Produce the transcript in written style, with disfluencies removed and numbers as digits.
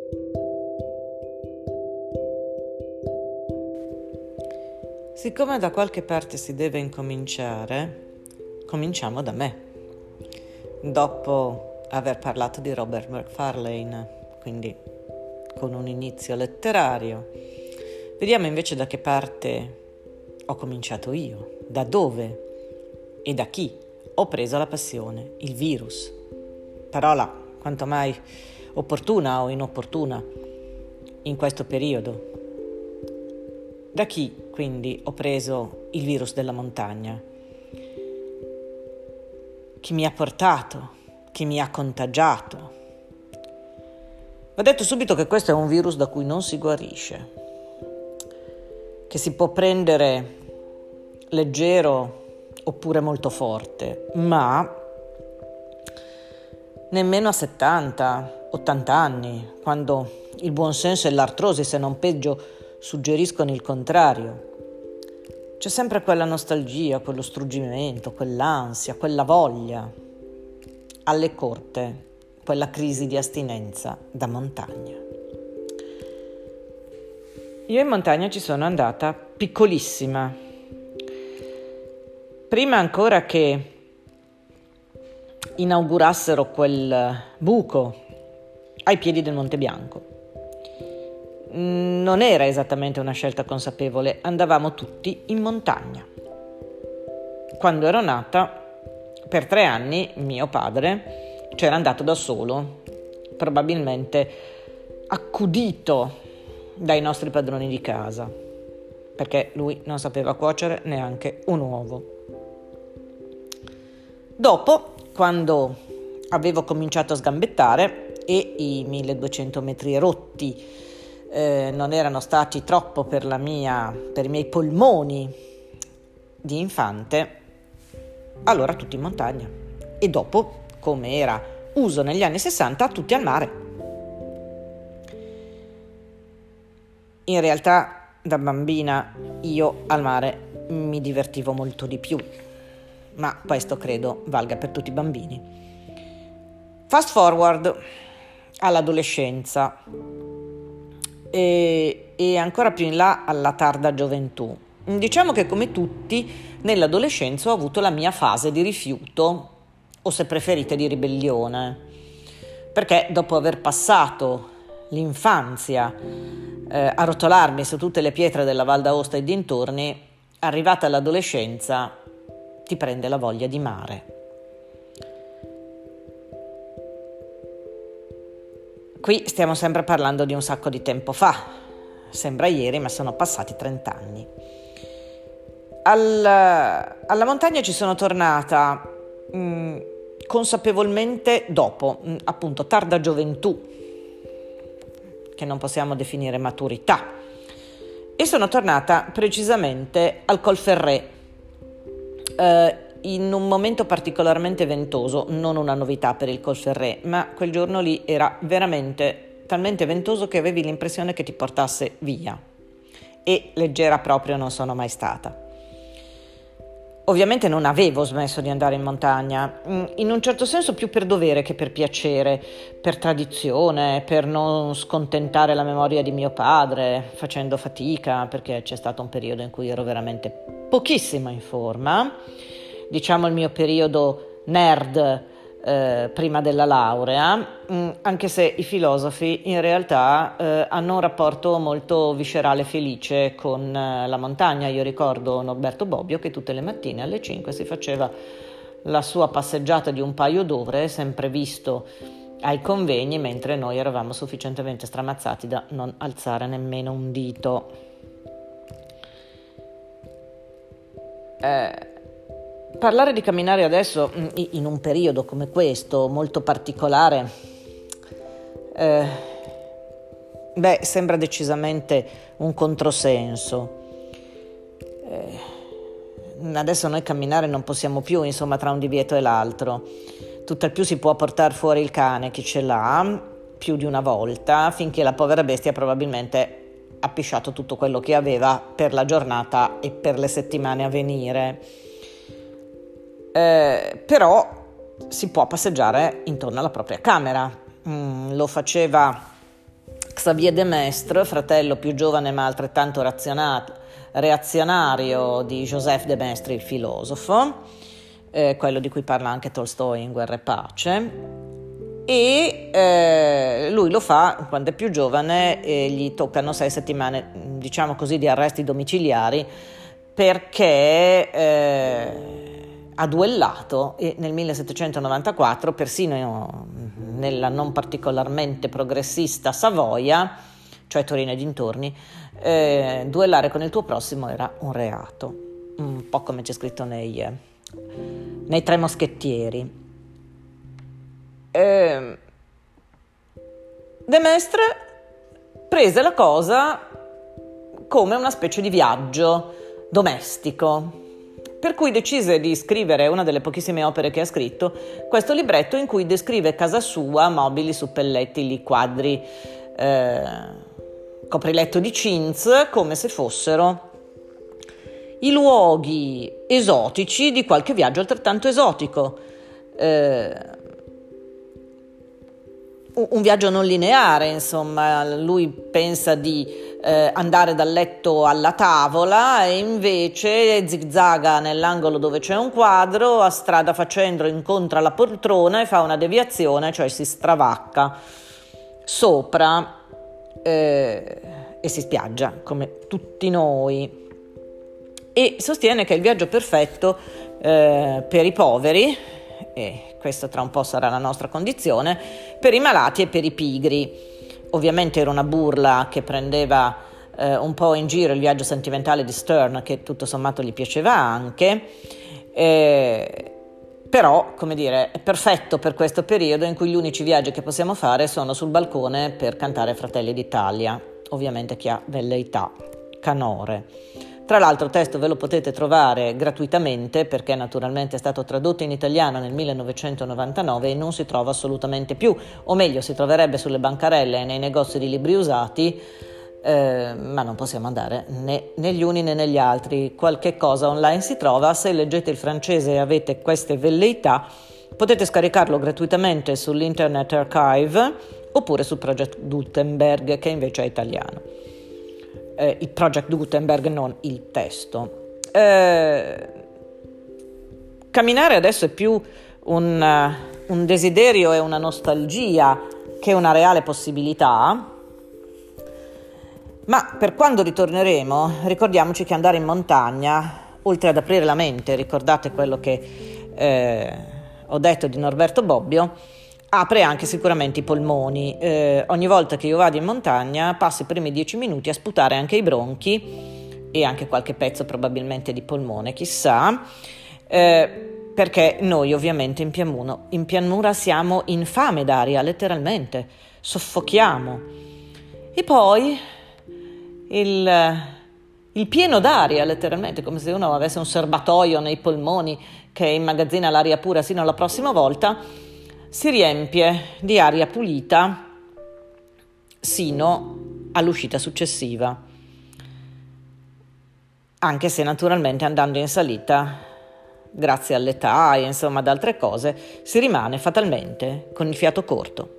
Siccome da qualche parte si deve incominciare, cominciamo da me. Dopo aver parlato di Robert Macfarlane, quindi con un inizio letterario, vediamo invece da che parte ho cominciato io, da dove e da chi ho preso la passione, il virus. Parola quanto mai opportuna o inopportuna in questo periodo. Da chi quindi ho preso il virus della montagna? Chi mi ha portato? Chi mi ha contagiato? Va detto subito che questo è un virus da cui non si guarisce, che si può prendere leggero oppure molto forte, ma nemmeno a 70, 80 anni, quando il buonsenso e l'artrosi, se non peggio, suggeriscono il contrario. C'è sempre quella nostalgia, quello struggimento, quell'ansia, quella voglia. Alle corte, quella crisi di astinenza da montagna. Io in montagna ci sono andata piccolissima. Prima ancora che inaugurassero quel buco ai piedi del Monte Bianco. Non era esattamente una scelta consapevole, andavamo tutti in montagna. Quando ero nata, per 3 anni, mio padre c'era andato da solo, probabilmente accudito dai nostri padroni di casa, perché lui non sapeva cuocere neanche un uovo. Dopo, quando avevo cominciato a sgambettare e i 1200 metri rotti non erano stati troppo per i miei polmoni di infante, allora tutti in montagna. E dopo, come era uso negli anni 60, tutti al mare. In realtà, da bambina, io al mare mi divertivo molto di più, ma questo credo valga per tutti i bambini. Fast forward all'adolescenza. E ancora più in là alla tarda gioventù. Diciamo che come tutti nell'adolescenza ho avuto la mia fase di rifiuto o, se preferite, di ribellione, perché dopo aver passato l'infanzia a rotolarmi su tutte le pietre della Val d'Aosta e dintorni, arrivata all'adolescenza ti prende la voglia di mare. Qui stiamo sempre parlando di un sacco di tempo fa, sembra ieri, ma sono passati 30 anni. Alla montagna ci sono tornata consapevolmente dopo, appunto, tarda gioventù, che non possiamo definire maturità, e sono tornata precisamente al Colferré, in un momento particolarmente ventoso, non una novità per il Colferré, ma quel giorno lì era veramente talmente ventoso che avevi l'impressione che ti portasse via, e leggera proprio non sono mai stata. Ovviamente non avevo smesso di andare in montagna, in un certo senso più per dovere che per piacere, per tradizione, per non scontentare la memoria di mio padre, facendo fatica, perché c'è stato un periodo in cui ero veramente pochissimo in forma, diciamo il mio periodo nerd prima della laurea, anche se i filosofi in realtà hanno un rapporto molto viscerale e felice con la montagna. Io ricordo Norberto Bobbio che tutte le mattine alle 5 si faceva la sua passeggiata di un paio d'ore, sempre visto ai convegni, mentre noi eravamo sufficientemente stramazzati da non alzare nemmeno un dito. Parlare di camminare adesso in un periodo come questo, molto particolare, sembra decisamente un controsenso. Adesso noi camminare non possiamo più, insomma, tra un divieto e l'altro. Tutt'al più si può portare fuori il cane, chi ce l'ha, più di una volta, finché la povera bestia probabilmente ha pisciato tutto quello che aveva per la giornata e per le settimane a venire. Però si può passeggiare intorno alla propria camera. Lo faceva Xavier de Maistre, fratello più giovane ma altrettanto reazionario di Joseph de Maistre, il filosofo, quello di cui parla anche Tolstoi in Guerra e Pace, e lui lo fa quando è più giovane e gli toccano 6 settimane, diciamo così, di arresti domiciliari perché ha duellato e nel 1794, persino nella non particolarmente progressista Savoia, cioè Torino e dintorni, duellare con il tuo prossimo era un reato, un po' come c'è scritto nei Tre Moschettieri. De Maistre prese la cosa come una specie di viaggio domestico, per cui decise di scrivere una delle pochissime opere che ha scritto, questo libretto in cui descrive casa sua, mobili, suppelletti, quadri, copriletto di chintz, come se fossero i luoghi esotici di qualche viaggio altrettanto esotico. Un viaggio non lineare, insomma, lui pensa di andare dal letto alla tavola e invece zigzaga nell'angolo dove c'è un quadro, a strada facendo incontra la poltrona e fa una deviazione, cioè si stravacca sopra e si spiaggia come tutti noi, e sostiene che è il viaggio perfetto per i poveri, e questo tra un po' sarà la nostra condizione, per i malati e per i pigri. Ovviamente era una burla che prendeva un po' in giro il viaggio sentimentale di Sterne, che tutto sommato gli piaceva anche, però, come dire, è perfetto per questo periodo in cui gli unici viaggi che possiamo fare sono sul balcone per cantare Fratelli d'Italia, ovviamente chi ha velleità canore. Tra l'altro il testo ve lo potete trovare gratuitamente, perché naturalmente è stato tradotto in italiano nel 1999 e non si trova assolutamente più, o meglio si troverebbe sulle bancarelle e nei negozi di libri usati, ma non possiamo andare né negli uni né negli altri. Qualche cosa online si trova, se leggete il francese e avete queste velleità potete scaricarlo gratuitamente sull'Internet Archive oppure su Project Gutenberg, che invece è italiano. Il Project Gutenberg, non il testo. Camminare adesso è più un desiderio e una nostalgia che una reale possibilità, ma per quando ritorneremo ricordiamoci che andare in montagna, oltre ad aprire la mente, ricordate quello che ho detto di Norberto Bobbio, apre anche sicuramente i polmoni. Ogni volta che io vado in montagna passo i primi 10 minuti a sputare anche i bronchi e anche qualche pezzo probabilmente di polmone, chissà, perché noi ovviamente in pianura siamo infame d'aria, letteralmente, soffochiamo. E poi il pieno d'aria, letteralmente, come se uno avesse un serbatoio nei polmoni che immagazzina l'aria pura sino alla prossima volta, si riempie di aria pulita sino all'uscita successiva, anche se naturalmente andando in salita, grazie all'età e insomma ad altre cose, si rimane fatalmente con il fiato corto.